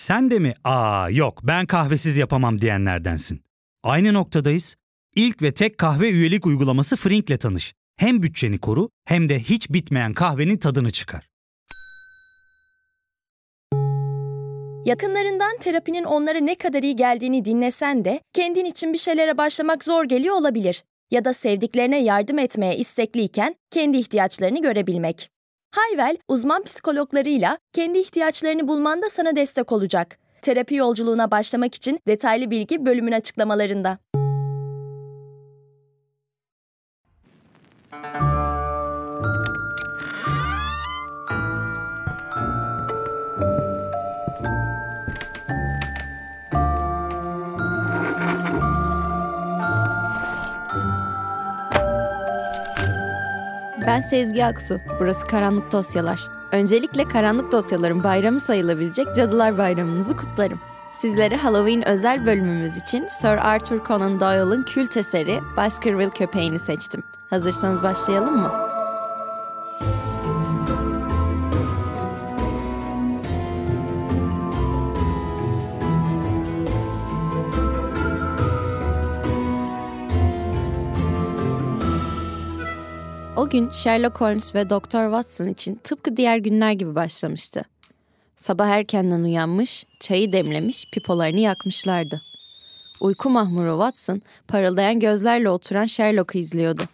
Sen de mi yok ben kahvesiz yapamam diyenlerdensin? Aynı noktadayız. İlk ve tek kahve üyelik uygulaması Frink'le tanış. Hem bütçeni koru hem de hiç bitmeyen kahvenin tadını çıkar. Yakınlarından terapinin onlara ne kadar iyi geldiğini dinlesen de kendin için bir şeylere başlamak zor geliyor olabilir. Ya da sevdiklerine yardım etmeye istekliyken kendi ihtiyaçlarını görebilmek. Hayvel, uzman psikologlarıyla kendi ihtiyaçlarını bulmanda sana destek olacak. Terapi yolculuğuna başlamak için detaylı bilgi bölümün açıklamalarında. Ben Sezgi Aksu, burası Karanlık Dosyalar. Öncelikle Karanlık Dosyaların bayramı sayılabilecek Cadılar Bayramınızı kutlarım. Sizlere Halloween özel bölümümüz için Sir Arthur Conan Doyle'ın kült eseri Baskerville Köpeğini seçtim. Hazırsanız başlayalım mı? O gün Sherlock Holmes ve Doktor Watson için tıpkı diğer günler gibi başlamıştı. Sabah erkenden uyanmış, çayı demlemiş, pipolarını yakmışlardı. Uyku mahmuru Watson, parıldayan gözlerle oturan Sherlock'u izliyordu.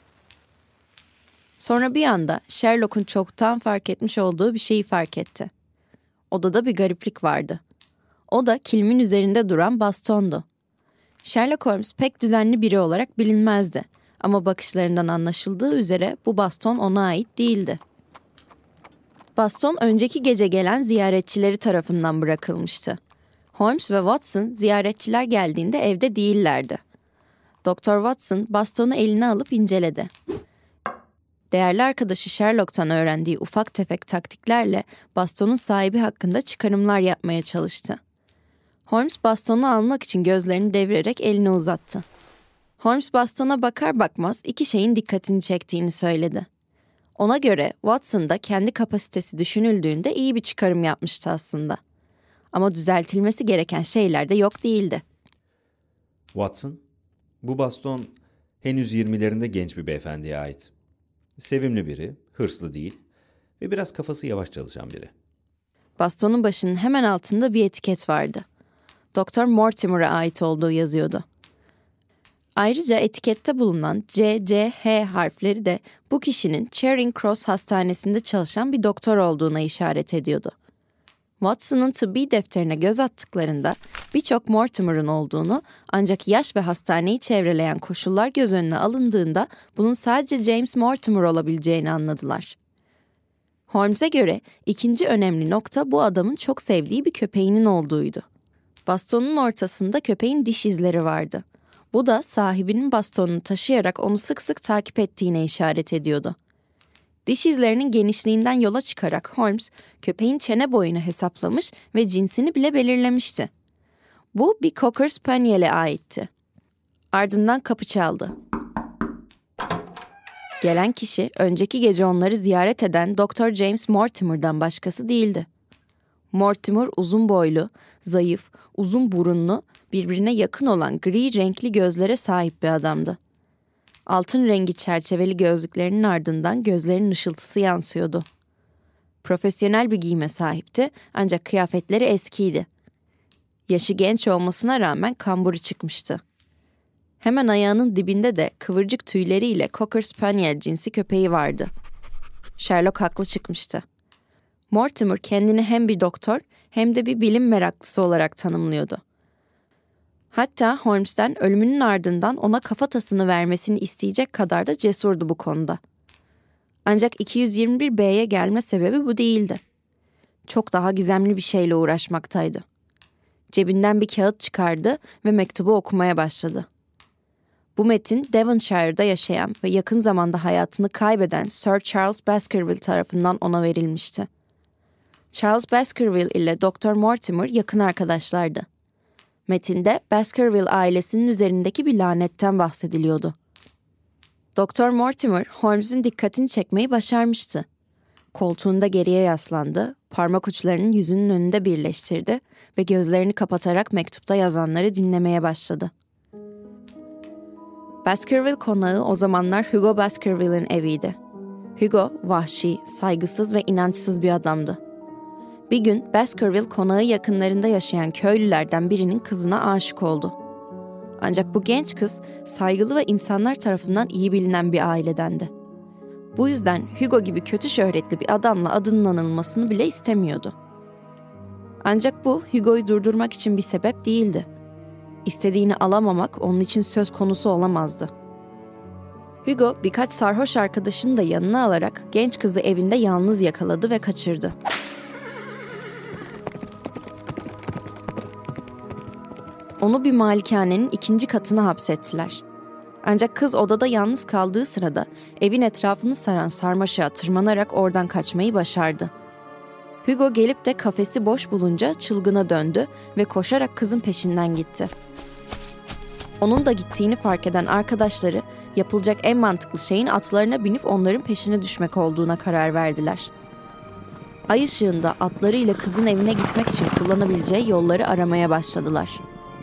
Sonra bir anda Sherlock'un çoktan fark etmiş olduğu bir şeyi fark etti. Odada bir gariplik vardı. O da kilimin üzerinde duran bastondu. Sherlock Holmes pek düzenli biri olarak bilinmezdi. Ama bakışlarından anlaşıldığı üzere bu baston ona ait değildi. Baston önceki gece gelen ziyaretçileri tarafından bırakılmıştı. Holmes ve Watson ziyaretçiler geldiğinde evde değillerdi. Doktor Watson bastonu eline alıp inceledi. Değerli arkadaşı Sherlock'tan öğrendiği ufak tefek taktiklerle bastonun sahibi hakkında çıkarımlar yapmaya çalıştı. Holmes bastonu almak için gözlerini devirerek elini uzattı. Holmes bastona bakar bakmaz iki şeyin dikkatini çektiğini söyledi. Ona göre Watson da kendi kapasitesi düşünüldüğünde iyi bir çıkarım yapmıştı aslında. Ama düzeltilmesi gereken şeyler de yok değildi. Watson, bu baston henüz 20'lerinde genç bir beyefendiye ait. Sevimli biri, hırslı değil ve biraz kafası yavaş çalışan biri. Bastonun başının hemen altında bir etiket vardı. Doktor Mortimer'a ait olduğu yazıyordu. Ayrıca etikette bulunan C, C, H harfleri de bu kişinin Charing Cross Hastanesi'nde çalışan bir doktor olduğuna işaret ediyordu. Watson'ın tıbbi defterine göz attıklarında birçok Mortimer'ın olduğunu, ancak yaş ve hastaneyi çevreleyen koşullar göz önüne alındığında bunun sadece James Mortimer olabileceğini anladılar. Holmes'e göre ikinci önemli nokta bu adamın çok sevdiği bir köpeğinin olduğuydu. Bastonun ortasında köpeğin diş izleri vardı. Bu da sahibinin bastonunu taşıyarak onu sık sık takip ettiğine işaret ediyordu. Diş izlerinin genişliğinden yola çıkarak Holmes, köpeğin çene boyunu hesaplamış ve cinsini bile belirlemişti. Bu bir Cocker Spaniel'e aitti. Ardından kapı çaldı. Gelen kişi önceki gece onları ziyaret eden Dr. James Mortimer'dan başkası değildi. Mortimer uzun boylu, zayıf, uzun burunlu, birbirine yakın olan gri renkli gözlere sahip bir adamdı. Altın rengi çerçeveli gözlüklerinin ardından gözlerinin ışıltısı yansıyordu. Profesyonel bir giyime sahipti ancak kıyafetleri eskiydi. Yaşı genç olmasına rağmen kamburu çıkmıştı. Hemen ayağının dibinde de kıvırcık tüyleriyle Cocker Spaniel cinsi köpeği vardı. Sherlock haklı çıkmıştı. Mortimer kendini hem bir doktor hem de bir bilim meraklısı olarak tanımlıyordu. Hatta Holmes'ten ölümünün ardından ona kafatasını vermesini isteyecek kadar da cesurdu bu konuda. Ancak 221B'ye gelme sebebi bu değildi. Çok daha gizemli bir şeyle uğraşmaktaydı. Cebinden bir kağıt çıkardı ve mektubu okumaya başladı. Bu metin Devonshire'da yaşayan ve yakın zamanda hayatını kaybeden Sir Charles Baskerville tarafından ona verilmişti. Charles Baskerville ile Dr. Mortimer yakın arkadaşlardı. Metinde Baskerville ailesinin üzerindeki bir lanetten bahsediliyordu. Dr. Mortimer, Holmes'un dikkatini çekmeyi başarmıştı. Koltuğunda geriye yaslandı, parmak uçlarının yüzünün önünde birleştirdi ve gözlerini kapatarak mektupta yazanları dinlemeye başladı. Baskerville konağı o zamanlar Hugo Baskerville'in eviydi. Hugo, vahşi, saygısız ve inançsız bir adamdı. Bir gün Baskerville konağı yakınlarında yaşayan köylülerden birinin kızına aşık oldu. Ancak bu genç kız saygılı ve insanlar tarafından iyi bilinen bir ailedendi. Bu yüzden Hugo gibi kötü şöhretli bir adamla adının anılmasını bile istemiyordu. Ancak bu Hugo'yu durdurmak için bir sebep değildi. İstediğini alamamak onun için söz konusu olamazdı. Hugo birkaç sarhoş arkadaşını da yanına alarak genç kızı evinde yalnız yakaladı ve kaçırdı. Onu bir malikanenin 2. katına hapsettiler. Ancak kız odada yalnız kaldığı sırada evin etrafını saran sarmaşığa tırmanarak oradan kaçmayı başardı. Hugo gelip de kafesi boş bulunca çılgına döndü ve koşarak kızın peşinden gitti. Onun da gittiğini fark eden arkadaşları yapılacak en mantıklı şeyin atlarına binip onların peşine düşmek olduğuna karar verdiler. Ay ışığında atlarıyla kızın evine gitmek için kullanabileceği yolları aramaya başladılar.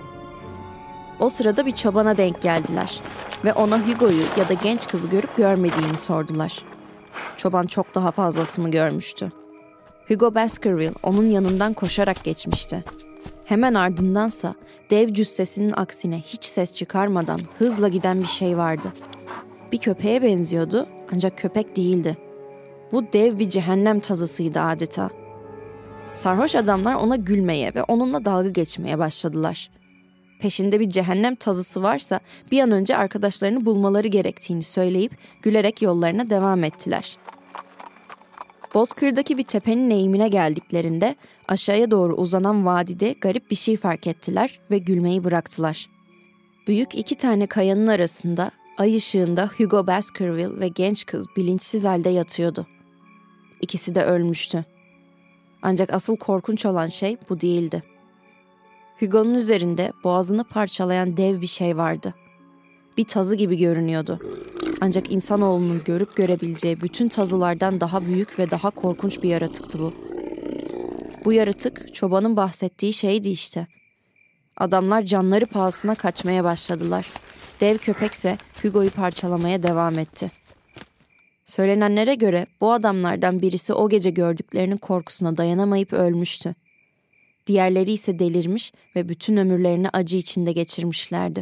O sırada bir çobana denk geldiler ve ona Hugo'yu ya da genç kızı görüp görmediğini sordular. Çoban çok daha fazlasını görmüştü. Hugo Baskerville onun yanından koşarak geçmişti. Hemen ardındansa dev cüssesinin aksine hiç ses çıkarmadan hızla giden bir şey vardı. Bir köpeğe benziyordu ancak köpek değildi. Bu dev bir cehennem tazısıydı adeta. Sarhoş adamlar ona gülmeye ve onunla dalga geçmeye başladılar. Peşinde bir cehennem tazısı varsa bir an önce arkadaşlarını bulmaları gerektiğini söyleyip gülerek yollarına devam ettiler. Bozkır'daki bir tepenin eğimine geldiklerinde aşağıya doğru uzanan vadide garip bir şey fark ettiler ve gülmeyi bıraktılar. Büyük 2 tane kayanın arasında ay ışığında Hugo Baskerville ve genç kız bilinçsiz halde yatıyordu. İkisi de ölmüştü. Ancak asıl korkunç olan şey bu değildi. Hugo'nun üzerinde boğazını parçalayan dev bir şey vardı. Bir tazı gibi görünüyordu. Ancak insanoğlunun görüp görebileceği bütün tazılardan daha büyük ve daha korkunç bir yaratıktı bu. Bu yaratık çobanın bahsettiği şeydi işte. Adamlar canları pahasına kaçmaya başladılar. Dev köpekse Hugo'yu parçalamaya devam etti. Söylenenlere göre bu adamlardan birisi o gece gördüklerinin korkusuna dayanamayıp ölmüştü. Diğerleri ise delirmiş ve bütün ömürlerini acı içinde geçirmişlerdi.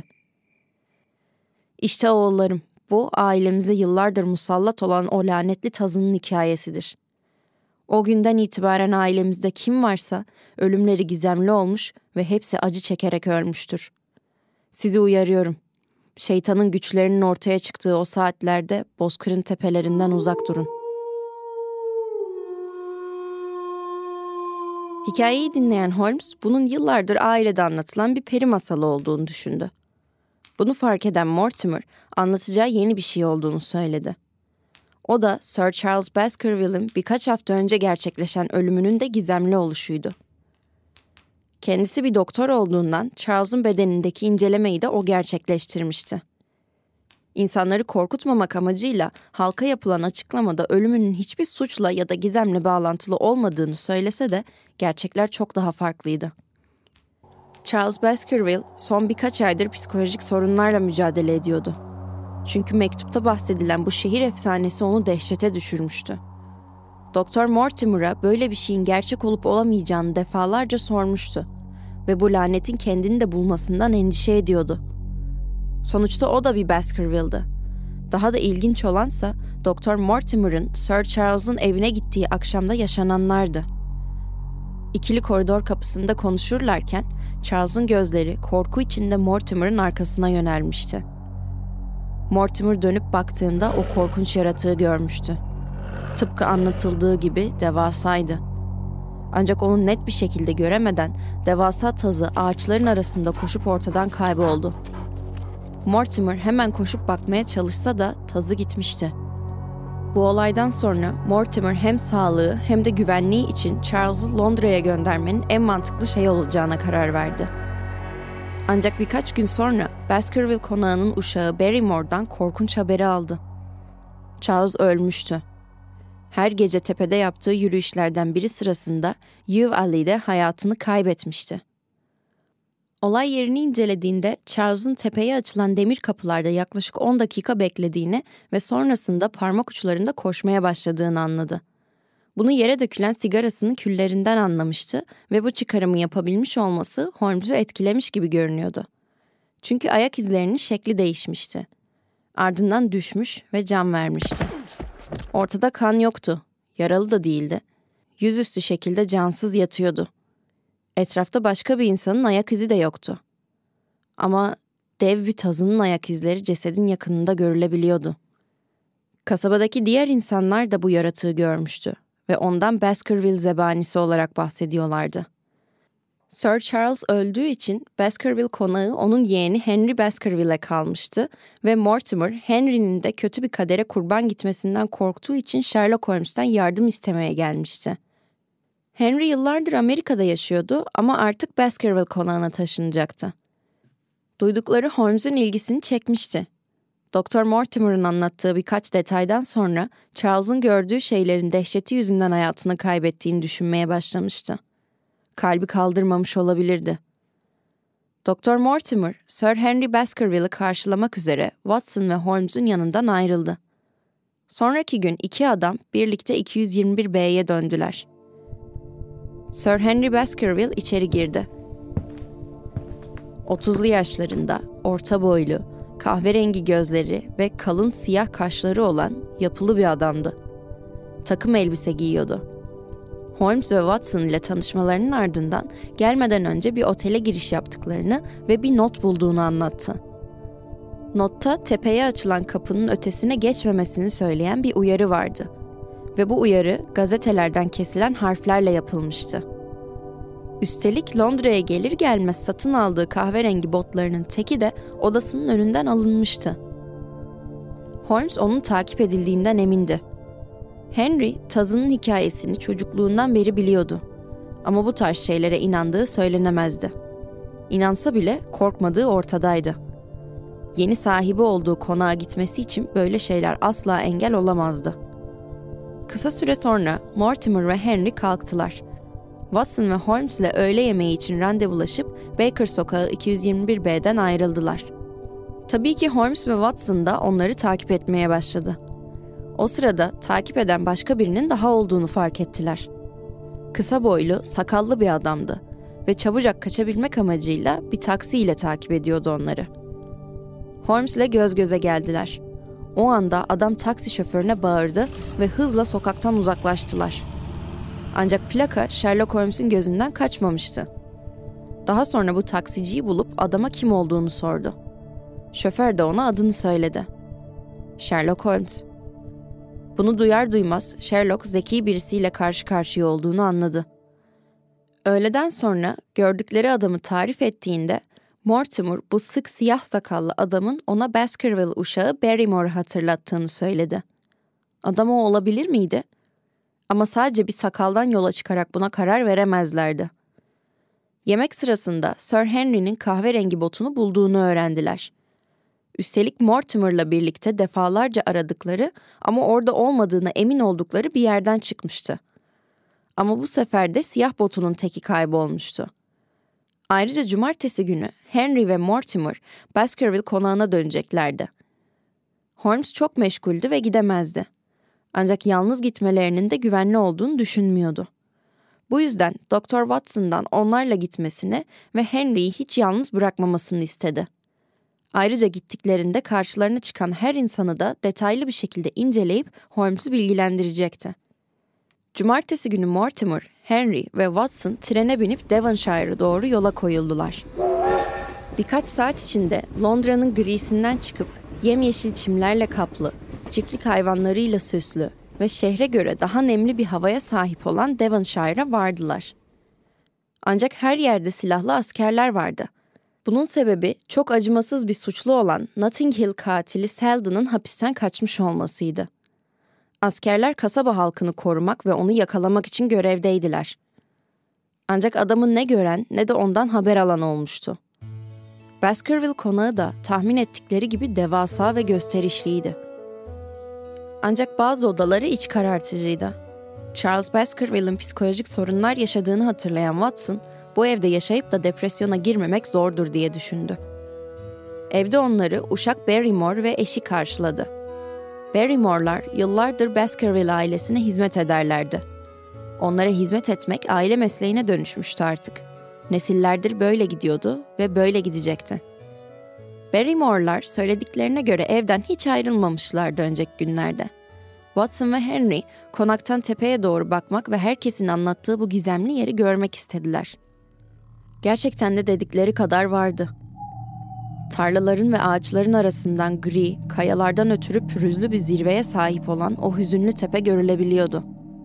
İşte oğullarım, bu ailemize yıllardır musallat olan o lanetli tazının hikayesidir. O günden itibaren ailemizde kim varsa ölümleri gizemli olmuş ve hepsi acı çekerek ölmüştür. Sizi uyarıyorum. Şeytanın güçlerinin ortaya çıktığı o saatlerde Bozkır'ın tepelerinden uzak durun. Hikayeyi dinleyen Holmes, bunun yıllardır ailede anlatılan bir peri masalı olduğunu düşündü. Bunu fark eden Mortimer, anlatacağı yeni bir şey olduğunu söyledi. O da Sir Charles Baskerville'in birkaç hafta önce gerçekleşen ölümünün de gizemli oluşuydu. Kendisi bir doktor olduğundan Charles'ın bedenindeki incelemeyi de o gerçekleştirmişti. İnsanları korkutmamak amacıyla halka yapılan açıklamada ölümünün hiçbir suçla ya da gizemle bağlantılı olmadığını söylese de gerçekler çok daha farklıydı. Charles Baskerville son birkaç aydır psikolojik sorunlarla mücadele ediyordu. Çünkü mektupta bahsedilen bu şehir efsanesi onu dehşete düşürmüştü. Doktor Mortimer'a böyle bir şeyin gerçek olup olamayacağını defalarca sormuştu ve bu lanetin kendini de bulmasından endişe ediyordu. Sonuçta o da bir Baskerville'dı. Daha da ilginç olansa Doktor Mortimer'ın Sir Charles'ın evine gittiği akşamda yaşananlardı. İkili koridor kapısında konuşurlarken Charles'ın gözleri korku içinde Mortimer'ın arkasına yönelmişti. Mortimer dönüp baktığında o korkunç yaratığı görmüştü. Tıpkı anlatıldığı gibi devasaydı. Ancak onu net bir şekilde göremeden devasa tazı ağaçların arasında koşup ortadan kayboldu. Mortimer hemen koşup bakmaya çalışsa da tazı gitmişti. Bu olaydan sonra Mortimer hem sağlığı hem de güvenliği için Charles'ı Londra'ya göndermenin en mantıklı şey olacağına karar verdi. Ancak birkaç gün sonra Baskerville konağının uşağı Barrymore'dan korkunç haberi aldı. Charles ölmüştü. her gece tepede yaptığı yürüyüşlerden biri sırasında Yew Alley'de hayatını kaybetmişti. Olay yerini incelediğinde Charles'ın tepeye açılan demir kapılarda yaklaşık 10 dakika beklediğini ve sonrasında parmak uçlarında koşmaya başladığını anladı. Bunu yere dökülen sigarasının küllerinden anlamıştı ve bu çıkarımı yapabilmiş olması Holmes'u etkilemiş gibi görünüyordu. Çünkü ayak izlerinin şekli değişmişti. Ardından düşmüş ve can vermişti. Ortada kan yoktu, yaralı da değildi. Yüzüstü şekilde cansız yatıyordu. Etrafta başka bir insanın ayak izi de yoktu. Ama dev bir tazının ayak izleri cesedin yakınında görülebiliyordu. Kasabadaki diğer insanlar da bu yaratığı görmüştü ve ondan Baskerville zebanisi olarak bahsediyorlardı. Sir Charles öldüğü için Baskerville konağı onun yeğeni Henry Baskerville'e kalmıştı ve Mortimer, Henry'nin de kötü bir kadere kurban gitmesinden korktuğu için Sherlock Holmes'ten yardım istemeye gelmişti. Henry yıllardır Amerika'da yaşıyordu ama artık Baskerville konağına taşınacaktı. Duydukları Holmes'un ilgisini çekmişti. Dr. Mortimer'ın anlattığı birkaç detaydan sonra Charles'ın gördüğü şeylerin dehşeti yüzünden hayatını kaybettiğini düşünmeye başlamıştı. Kalbi kaldırmamış olabilirdi. Dr. Mortimer, Sir Henry Baskerville'ı karşılamak üzere Watson ve Holmes'un yanından ayrıldı. Sonraki gün iki adam birlikte 221B'ye döndüler. Sir Henry Baskerville içeri girdi. 30'lu yaşlarında, orta boylu, kahverengi gözleri ve kalın siyah kaşları olan yapılı bir adamdı. Takım elbise giyiyordu. Holmes ve Watson ile tanışmalarının ardından gelmeden önce bir otele giriş yaptıklarını ve bir not bulduğunu anlattı. Notta tepeye açılan kapının ötesine geçmemesini söyleyen bir uyarı vardı. Ve bu uyarı gazetelerden kesilen harflerle yapılmıştı. Üstelik Londra'ya gelir gelmez satın aldığı kahverengi botlarının teki de odasının önünden alınmıştı. Holmes onun takip edildiğinden emindi. Henry, tazının hikayesini çocukluğundan beri biliyordu. Ama bu tarz şeylere inandığı söylenemezdi. İnansa bile korkmadığı ortadaydı. Yeni sahibi olduğu konağa gitmesi için böyle şeyler asla engel olamazdı. Kısa süre sonra Mortimer ve Henry kalktılar. Watson ve Holmes ile öğle yemeği için randevulaşıp Baker Sokağı 221B'den ayrıldılar. Tabii ki Holmes ve Watson da onları takip etmeye başladı. O sırada takip eden başka birinin daha olduğunu fark ettiler. Kısa boylu, sakallı bir adamdı ve çabucak kaçabilmek amacıyla bir taksiyle takip ediyordu onları. Holmes ile göz göze geldiler. O anda adam taksi şoförüne bağırdı ve hızla sokaktan uzaklaştılar. Ancak plaka Sherlock Holmes'un gözünden kaçmamıştı. Daha sonra bu taksiciyi bulup adama kim olduğunu sordu. Şoför de ona adını söyledi. Sherlock Holmes. Bunu duyar duymaz Sherlock zeki birisiyle karşı karşıya olduğunu anladı. Öğleden sonra gördükleri adamı tarif ettiğinde Mortimer bu sık siyah sakallı adamın ona Baskerville uşağı Barrymore'u hatırlattığını söyledi. Adam o olabilir miydi? Ama sadece bir sakaldan yola çıkarak buna karar veremezlerdi. Yemek sırasında Sir Henry'nin kahverengi botunu bulduğunu öğrendiler. Üstelik Mortimer'la birlikte defalarca aradıkları ama orada olmadığına emin oldukları bir yerden çıkmıştı. Ama bu sefer de siyah botunun teki kaybolmuştu. Ayrıca cumartesi günü Henry ve Mortimer Baskerville konağına döneceklerdi. Holmes çok meşguldü ve gidemezdi. Ancak yalnız gitmelerinin de güvenli olduğunu düşünmüyordu. Bu yüzden Dr. Watson'dan onlarla gitmesini ve Henry'yi hiç yalnız bırakmamasını istedi. Ayrıca gittiklerinde karşılarına çıkan her insanı da detaylı bir şekilde inceleyip Holmes'u bilgilendirecekti. Cumartesi günü Mortimer, Henry ve Watson trene binip Devonshire'a doğru yola koyuldular. Birkaç saat içinde Londra'nın grisinden çıkıp yemyeşil çimlerle kaplı, çiftlik hayvanlarıyla süslü ve şehre göre daha nemli bir havaya sahip olan Devonshire'a vardılar. Ancak her yerde silahlı askerler vardı. Bunun sebebi çok acımasız bir suçlu olan Notting Hill katili Selden'ın hapisten kaçmış olmasıydı. Askerler kasaba halkını korumak ve onu yakalamak için görevdeydiler. Ancak adamın ne gören ne de ondan haber alan olmuştu. Baskerville konağı da tahmin ettikleri gibi devasa ve gösterişliydi. Ancak bazı odaları iç karartıcıydı. Charles Baskerville'in psikolojik sorunlar yaşadığını hatırlayan Watson, bu evde yaşayıp da depresyona girmemek zordur diye düşündü. Evde onları uşak Barrymore ve eşi karşıladı. Barrymore'lar yıllardır Baskerville ailesine hizmet ederlerdi. Onlara hizmet etmek aile mesleğine dönüşmüştü artık. Nesillerdir böyle gidiyordu ve böyle gidecekti. Barrymore'lar söylediklerine göre evden hiç ayrılmamışlardı önceki günlerde. Watson ve Henry konaktan tepeye doğru bakmak ve herkesin anlattığı bu gizemli yeri görmek istediler. Gerçekten de dedikleri kadar vardı. Tarlaların ve ağaçların arasından gri, kayalardan ötürü pürüzlü bir zirveye sahip olan o hüzünlü tepe görülebiliyordu.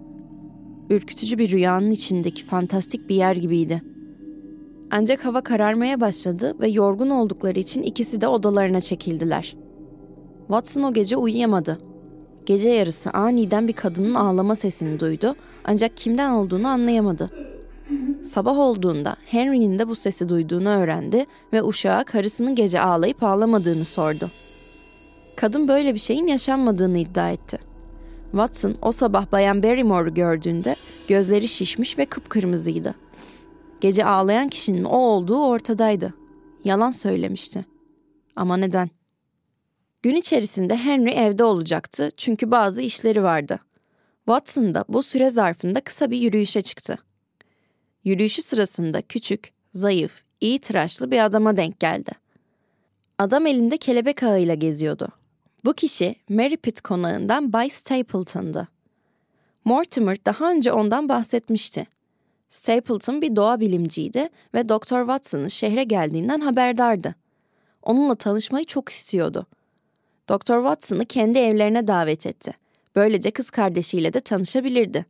Ürkütücü bir rüyanın içindeki fantastik bir yer gibiydi. Ancak hava kararmaya başladı ve yorgun oldukları için ikisi de odalarına çekildiler. Watson o gece uyuyamadı. Gece yarısı aniden bir kadının ağlama sesini duydu ancak kimden olduğunu anlayamadı. Sabah olduğunda Henry'nin de bu sesi duyduğunu öğrendi ve uşağa karısının gece ağlayıp ağlamadığını sordu. Kadın böyle bir şeyin yaşanmadığını iddia etti. Watson o sabah Bayan Barrymore'u gördüğünde gözleri şişmiş ve kıpkırmızıydı. Gece ağlayan kişinin o olduğu ortadaydı. Yalan söylemişti. Ama neden? Gün içerisinde Henry evde olacaktı çünkü bazı işleri vardı. Watson da bu süre zarfında kısa bir yürüyüşe çıktı. Yürüyüşü sırasında küçük, zayıf, iyi tıraşlı bir adama denk geldi. Adam elinde kelebek ağıyla geziyordu. Bu kişi Mary Pitt konağından Bay Stapleton'dı. Mortimer daha önce ondan bahsetmişti. Stapleton bir doğa bilimciydi ve Dr. Watson'ın şehre geldiğinden haberdardı. Onunla tanışmayı çok istiyordu. Dr. Watson'ı kendi evlerine davet etti. Böylece kız kardeşiyle de tanışabilirdi.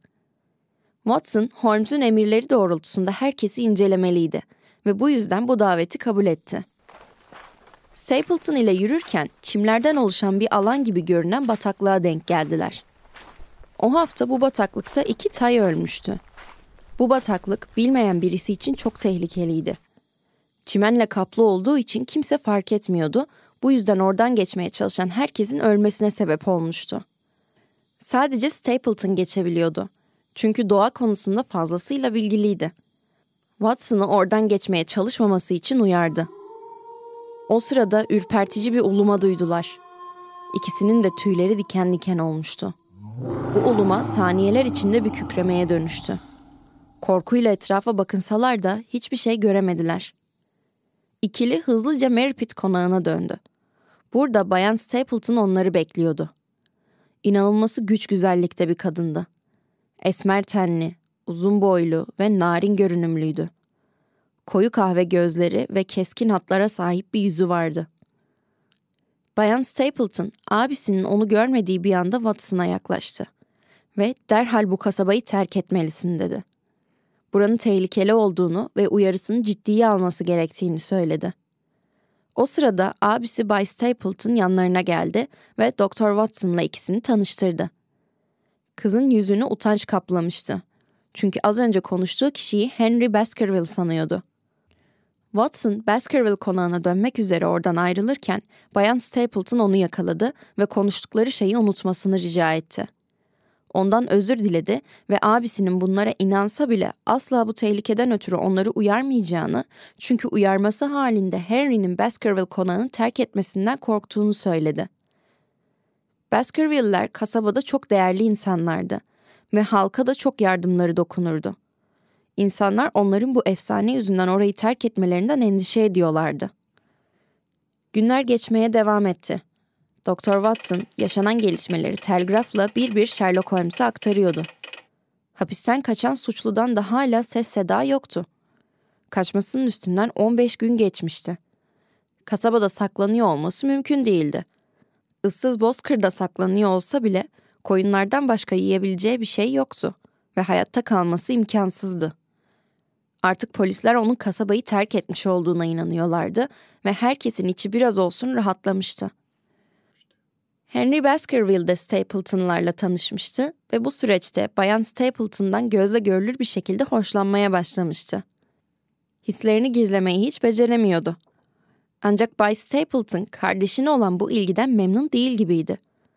Watson, Holmes'un emirleri doğrultusunda herkesi incelemeliydi ve bu yüzden bu daveti kabul etti. Stapleton ile yürürken çimlerden oluşan bir alan gibi görünen bataklığa denk geldiler. O hafta bu bataklıkta 2 tay ölmüştü. Bu bataklık bilmeyen birisi için çok tehlikeliydi. Çimenle kaplı olduğu için kimse fark etmiyordu, bu yüzden oradan geçmeye çalışan herkesin ölmesine sebep olmuştu. Sadece Stapleton geçebiliyordu. Çünkü doğa konusunda fazlasıyla bilgiliydi. Watson'ı oradan geçmeye çalışmaması için uyardı. O sırada ürpertici bir uluma duydular. İkisinin de tüyleri diken diken olmuştu. Bu uluma saniyeler içinde bir kükremeye dönüştü. Korkuyla etrafa bakınsalar da hiçbir şey göremediler. İkili hızlıca Mary Pitt konağına döndü. Burada Bayan Stapleton onları bekliyordu. İnanılması güç güzellikte bir kadındı. Esmer tenli, uzun boylu ve narin görünümlüydü. Koyu kahve gözleri ve keskin hatlara sahip bir yüzü vardı. Bayan Stapleton, abisinin onu görmediği bir anda Watson'a yaklaştı ve derhal bu kasabayı terk etmelisin dedi. Buranın tehlikeli olduğunu ve uyarısını ciddiye alması gerektiğini söyledi. O sırada abisi Bay Stapleton yanlarına geldi ve Dr. Watson'la ikisini tanıştırdı. Kızın yüzünü utanç kaplamıştı. Çünkü az önce konuştuğu kişiyi Henry Baskerville sanıyordu. Watson, Baskerville konağına dönmek üzere oradan ayrılırken Bayan Stapleton onu yakaladı ve konuştukları şeyi unutmasını rica etti. Ondan özür diledi ve abisinin bunlara inansa bile asla bu tehlikeden ötürü onları uyarmayacağını, çünkü uyarması halinde Henry'nin Baskerville konağını terk etmesinden korktuğunu söyledi. Baskerville'ler kasabada çok değerli insanlardı ve halka da çok yardımları dokunurdu. İnsanlar onların bu efsane yüzünden orayı terk etmelerinden endişe ediyorlardı. Günler geçmeye devam etti. Dr. Watson yaşanan gelişmeleri telgrafla bir Sherlock Holmes'e aktarıyordu. Hapisten kaçan suçludan da hala ses seda yoktu. Kaçmasının üstünden 15 gün geçmişti. Kasabada saklanıyor olması mümkün değildi. Issız bozkırda saklanıyor olsa bile koyunlardan başka yiyebileceği bir şey yoktu ve hayatta kalması imkansızdı. Artık polisler onun kasabayı terk etmiş olduğuna inanıyorlardı ve herkesin içi biraz olsun rahatlamıştı. Henry Baskerville de Stapleton'larla tanışmıştı ve bu süreçte Bayan Stapleton'dan gözle görülür bir şekilde hoşlanmaya başlamıştı. Hislerini gizlemeyi hiç beceremiyordu. Ancak Bay Stapleton kardeşine olan bu ilgiden memnun değil gibiydi.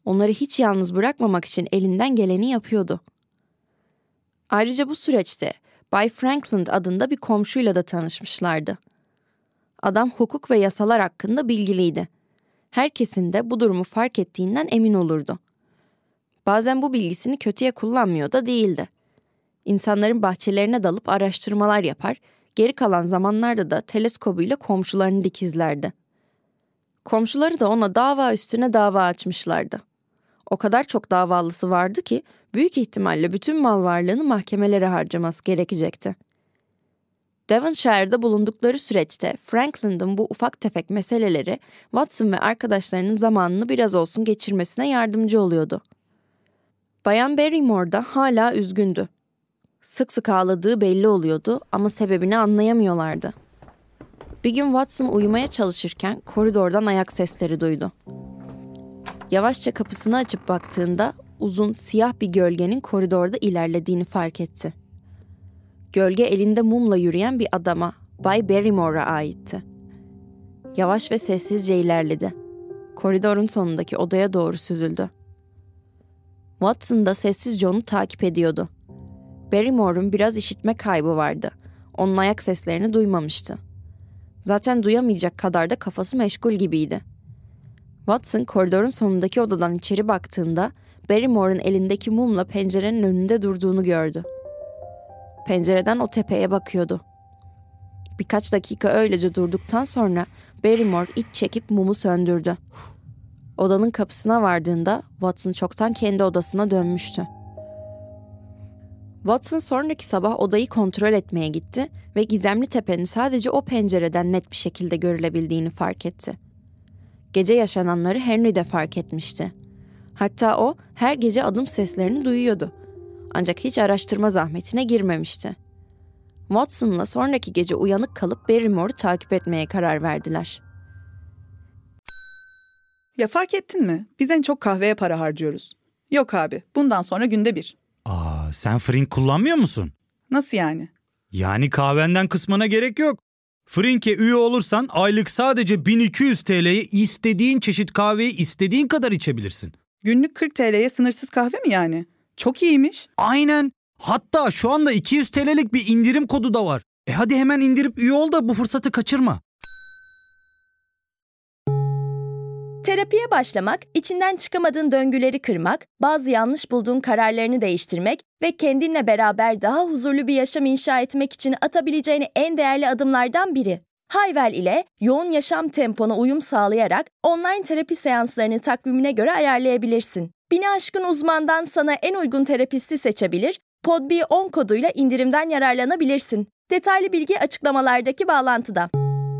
onları hiç yalnız bırakmamak için elinden geleni yapıyordu. Ayrıca bu süreçte Bay Franklin adında bir komşuyla da tanışmışlardı. Adam hukuk ve yasalar hakkında bilgiliydi. Herkesin de bu durumu fark ettiğinden emin olurdu. Bazen bu bilgisini kötüye kullanmıyor da değildi. İnsanların bahçelerine dalıp araştırmalar yapar, geri kalan zamanlarda da teleskobuyla komşularını dikizlerdi. Komşuları da ona dava üstüne dava açmışlardı. O kadar çok davalısı vardı ki büyük ihtimalle bütün mal varlığını mahkemelere harcaması gerekecekti. Devonshire'da bulundukları süreçte Franklin'in bu ufak tefek meseleleri Watson ve arkadaşlarının zamanını biraz olsun geçirmesine yardımcı oluyordu. Bayan Barrymore da hala üzgündü. Sık sık ağladığı belli oluyordu ama sebebini anlayamıyorlardı. Bir gün Watson uyumaya çalışırken koridordan ayak sesleri duydu. Yavaşça kapısını açıp baktığında uzun siyah bir gölgenin koridorda ilerlediğini fark etti. Gölge elinde mumla yürüyen bir adama, Bay Barrymore'a aitti. Yavaş ve sessizce ilerledi. Koridorun sonundaki odaya doğru süzüldü. Watson da sessizce onu takip ediyordu. Barrymore'un biraz işitme kaybı vardı. Onun ayak seslerini duymamıştı. Zaten duyamayacak kadar da kafası meşgul gibiydi. Watson koridorun sonundaki odadan içeri baktığında Barrymore'un elindeki mumla pencerenin önünde durduğunu gördü. Pencereden o tepeye bakıyordu. Birkaç dakika öylece durduktan sonra Barrymore iç çekip mumu söndürdü. Odanın kapısına vardığında Watson çoktan kendi odasına dönmüştü. Watson sonraki sabah odayı kontrol etmeye gitti ve gizemli tepenin sadece o pencereden net bir şekilde görülebildiğini fark etti. Gece yaşananları Henry de fark etmişti. Hatta o her gece adım seslerini duyuyordu. Ancak hiç araştırma zahmetine girmemişti. Watson'la sonraki gece uyanık kalıp Barrymore'u takip etmeye karar verdiler. Ya fark ettin mi? Biz en çok kahveye para harcıyoruz. Yok abi, bundan sonra günde bir. Sen Frink kullanmıyor musun? Nasıl yani? Yani kahvenden kısmına gerek yok. Frink'e üye olursan aylık sadece 1200 TL'ye istediğin çeşit kahveyi istediğin kadar içebilirsin. Günlük 40 TL'ye sınırsız kahve mi yani? Çok iyiymiş. Aynen. Hatta şu anda 200 TL'lik bir indirim kodu da var. Hadi hemen indirip üye ol da bu fırsatı kaçırma. Terapiye başlamak, içinden çıkamadığın döngüleri kırmak, bazı yanlış bulduğun kararlarını değiştirmek ve kendinle beraber daha huzurlu bir yaşam inşa etmek için atabileceğin en değerli adımlardan biri. Hayvel ile yoğun yaşam tempona uyum sağlayarak online terapi seanslarını takvimine göre ayarlayabilirsin. 1000'i aşkın uzmandan sana en uygun terapisti seçebilir, PodB10 koduyla indirimden yararlanabilirsin. Detaylı bilgi açıklamalardaki bağlantıda.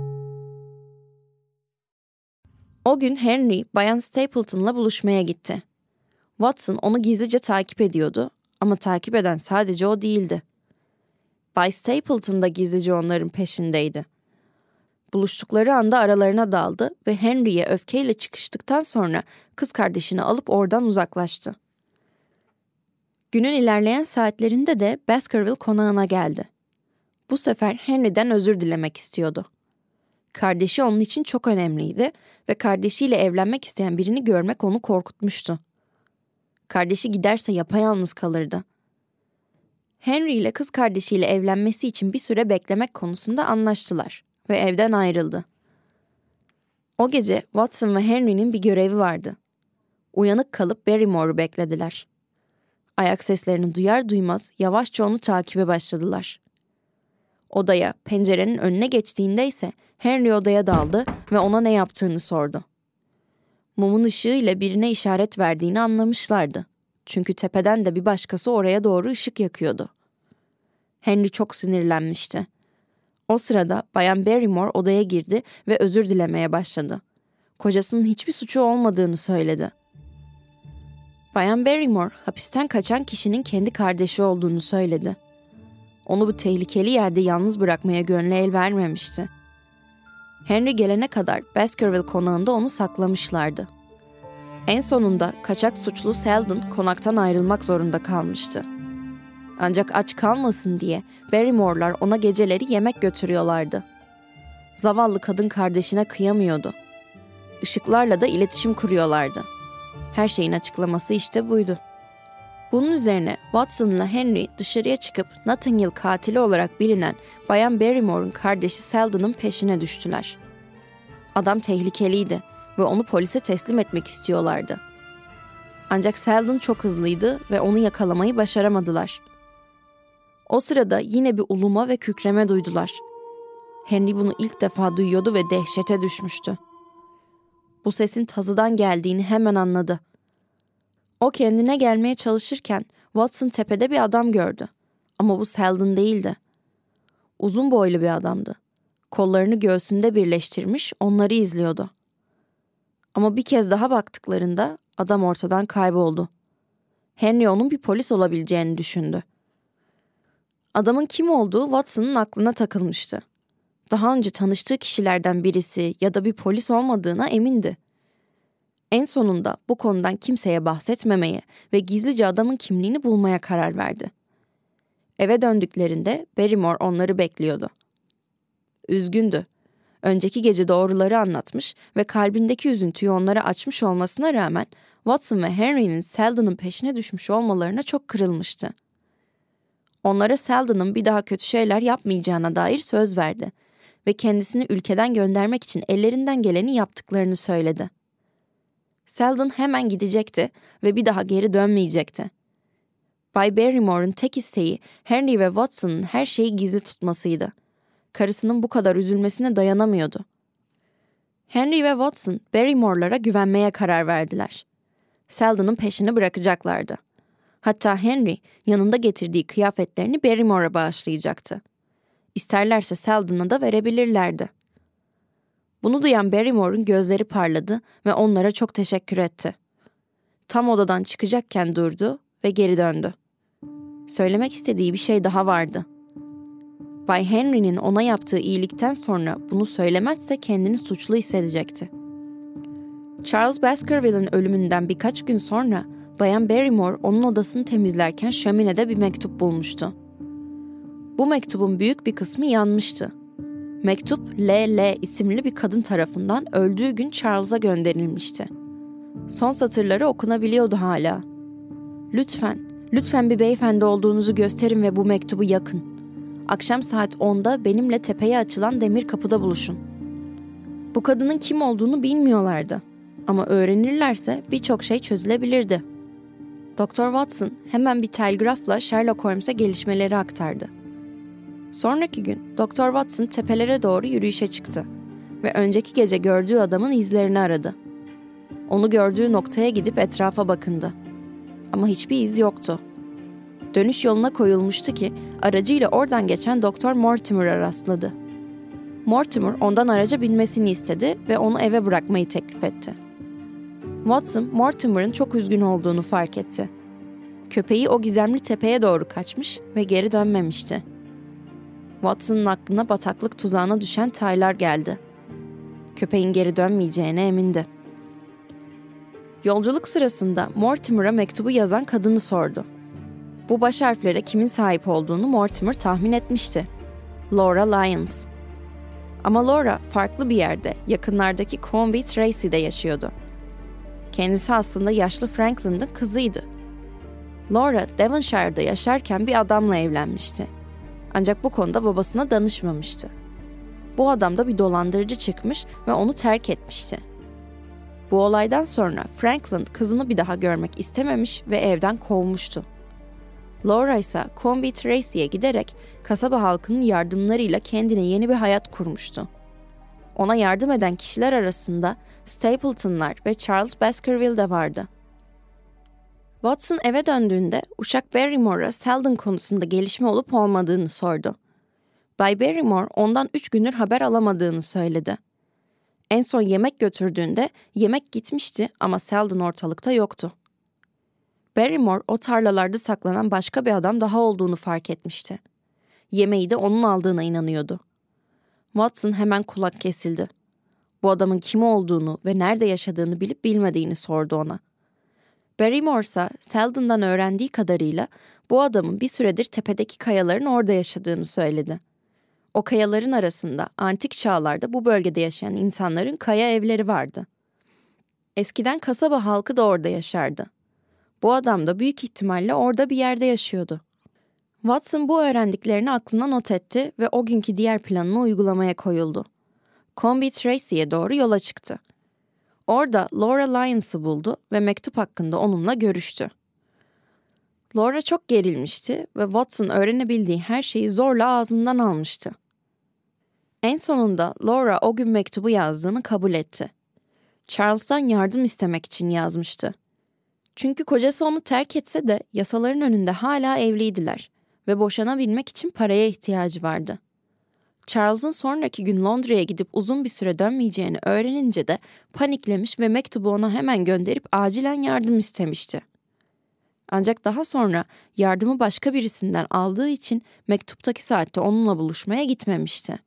O gün Henry, Bayan Stapleton'la buluşmaya gitti. Watson onu gizlice takip ediyordu ama takip eden sadece o değildi. Bay Stapleton da gizlice onların peşindeydi. Buluştukları anda aralarına daldı ve Henry'ye öfkeyle çıkıştıktan sonra kız kardeşini alıp oradan uzaklaştı. Günün ilerleyen saatlerinde de Baskerville konağına geldi. Bu sefer Henry'den özür dilemek istiyordu. Kardeşi onun için çok önemliydi ve kardeşiyle evlenmek isteyen birini görmek onu korkutmuştu. Kardeşi giderse yapayalnız kalırdı. Henry ile kız kardeşiyle evlenmesi için bir süre beklemek konusunda anlaştılar ve evden ayrıldı. O gece Watson ve Henry'nin bir görevi vardı. Uyanık kalıp Barrymore'u beklediler. Ayak seslerini duyar duymaz yavaşça onu takibe başladılar. Odaya, pencerenin önüne geçtiğinde ise Henry odaya daldı ve ona ne yaptığını sordu. Mumun ışığıyla birine işaret verdiğini anlamışlardı. Çünkü tepeden de bir başkası oraya doğru ışık yakıyordu. Henry çok sinirlenmişti. O sırada Bayan Barrymore odaya girdi ve özür dilemeye başladı. Kocasının hiçbir suçu olmadığını söyledi. Bayan Barrymore hapisten kaçan kişinin kendi kardeşi olduğunu söyledi. Onu bu tehlikeli yerde yalnız bırakmaya gönlü el vermemişti. Henry gelene kadar Baskerville konağında onu saklamışlardı. En sonunda kaçak suçlu Selden konaktan ayrılmak zorunda kalmıştı. Ancak aç kalmasın diye Barrymore'lar ona geceleri yemek götürüyorlardı. Zavallı kadın kardeşine kıyamıyordu. Işıklarla da iletişim kuruyorlardı. Her şeyin açıklaması işte buydu. Bunun üzerine Watson'la Henry dışarıya çıkıp Notting Hill katili olarak bilinen Bayan Barrymore'un kardeşi Selden'ın peşine düştüler. Adam tehlikeliydi ve onu polise teslim etmek istiyorlardı. Ancak Selden çok hızlıydı ve onu yakalamayı başaramadılar. O sırada yine bir uluma ve kükreme duydular. Henry bunu ilk defa duyuyordu ve dehşete düşmüştü. Bu sesin tazıdan geldiğini hemen anladı. O kendine gelmeye çalışırken Watson tepede bir adam gördü. Ama bu Selden değildi. Uzun boylu bir adamdı. Kollarını göğsünde birleştirmiş onları izliyordu. Ama bir kez daha baktıklarında adam ortadan kayboldu. Henry onun bir polis olabileceğini düşündü. Adamın kim olduğu Watson'ın aklına takılmıştı. Daha önce tanıştığı kişilerden birisi ya da bir polis olmadığına emindi. En sonunda bu konudan kimseye bahsetmemeye ve gizlice adamın kimliğini bulmaya karar verdi. Eve döndüklerinde Barrymore onları bekliyordu. Üzgündü. Önceki gece doğruları anlatmış ve kalbindeki üzüntüyü onlara açmış olmasına rağmen Watson ve Henry'nin Selden'ın peşine düşmüş olmalarına çok kırılmıştı. Onlara Selden'ın bir daha kötü şeyler yapmayacağına dair söz verdi ve kendisini ülkeden göndermek için ellerinden geleni yaptıklarını söyledi. Selden hemen gidecekti ve bir daha geri dönmeyecekti. Bay Barrymore'un tek isteği Henry ve Watson'ın her şeyi gizli tutmasıydı. Karısının bu kadar üzülmesine dayanamıyordu. Henry ve Watson Barrymore'lara güvenmeye karar verdiler. Selden'ın peşini bırakacaklardı. Hatta Henry yanında getirdiği kıyafetlerini Barrymore'a bağışlayacaktı. İsterlerse Selden'a da verebilirlerdi. Bunu duyan Barrymore'un gözleri parladı ve onlara çok teşekkür etti. Tam odadan çıkacakken durdu ve geri döndü. Söylemek istediği bir şey daha vardı. Bay Henry'nin ona yaptığı iyilikten sonra bunu söylemezse kendini suçlu hissedecekti. Charles Baskerville'in ölümünden birkaç gün sonra Bayan Barrymore onun odasını temizlerken şöminede bir mektup bulmuştu. Bu mektubun büyük bir kısmı yanmıştı. Mektup L.L. isimli bir kadın tarafından öldüğü gün Charles'a gönderilmişti. Son satırları okunabiliyordu hala. Lütfen bir beyefendi olduğunuzu gösterin ve bu mektubu yakın. Akşam saat 10'da benimle tepeye açılan demir kapıda buluşun. Bu kadının kim olduğunu bilmiyorlardı. Ama öğrenirlerse birçok şey çözülebilirdi. Doktor Watson hemen bir telgrafla Sherlock Holmes'e gelişmeleri aktardı. Sonraki gün Doktor Watson tepelere doğru yürüyüşe çıktı ve önceki gece gördüğü adamın izlerini aradı. Onu gördüğü noktaya gidip etrafa bakındı. Ama hiçbir iz yoktu. Dönüş yoluna koyulmuştu ki aracıyla oradan geçen Doktor Mortimer'a rastladı. Mortimer ondan araca binmesini istedi ve onu eve bırakmayı teklif etti. Watson, Mortimer'ın çok üzgün olduğunu fark etti. Köpeği o gizemli tepeye doğru kaçmış ve geri dönmemişti. Watson'ın aklına bataklık tuzağına düşen Tyler geldi. Köpeğin geri dönmeyeceğine emindi. Yolculuk sırasında Mortimer'a mektubu yazan kadını sordu. Bu baş harflere kimin sahip olduğunu Mortimer tahmin etmişti. Laura Lyons. Ama Laura farklı bir yerde, yakınlardaki Conwy Tracy'de yaşıyordu. Kendisi aslında yaşlı Franklin'in kızıydı. Laura, Devonshire'da yaşarken bir adamla evlenmişti. Ancak bu konuda babasına danışmamıştı. Bu adam da bir dolandırıcı çıkmış ve onu terk etmişti. Bu olaydan sonra Franklin kızını bir daha görmek istememiş ve evden kovmuştu. Laura ise Conwy Tracy'ye giderek kasaba halkının yardımlarıyla kendine yeni bir hayat kurmuştu. Ona yardım eden kişiler arasında Stapleton'lar ve Charles Baskerville de vardı. Watson eve döndüğünde uşak Barrymore'a Selden konusunda gelişme olup olmadığını sordu. Bay Barrymore ondan 3 gündür haber alamadığını söyledi. En son yemek götürdüğünde yemek gitmişti ama Selden ortalıkta yoktu. Barrymore o tarlalarda saklanan başka bir adam daha olduğunu fark etmişti. Yemeği de onun aldığına inanıyordu. Watson hemen kulak kesildi. Bu adamın kim olduğunu ve nerede yaşadığını bilip bilmediğini sordu ona. Barrymore ise Selden'dan öğrendiği kadarıyla bu adamın bir süredir tepedeki kayaların orada yaşadığını söyledi. O kayaların arasında antik çağlarda bu bölgede yaşayan insanların kaya evleri vardı. Eskiden kasaba halkı da orada yaşardı. Bu adam da büyük ihtimalle orada bir yerde yaşıyordu. Watson bu öğrendiklerini aklına not etti ve o günkü diğer planını uygulamaya koyuldu. Comby Tracy'ye doğru yola çıktı. Orada Laura Lyons'ı buldu ve mektup hakkında onunla görüştü. Laura çok gerilmişti ve Watson öğrenebildiği her şeyi zorla ağzından almıştı. En sonunda Laura o gün mektubu yazdığını kabul etti. Charles'tan yardım istemek için yazmıştı. Çünkü kocası onu terk etse de yasaların önünde hala evliydiler ve boşanabilmek için paraya ihtiyacı vardı. Charles'ın sonraki gün Londra'ya gidip uzun bir süre dönmeyeceğini öğrenince de paniklemiş ve mektubu ona hemen gönderip acilen yardım istemişti. Ancak daha sonra yardımı başka birisinden aldığı için mektuptaki saatte onunla buluşmaya gitmemişti.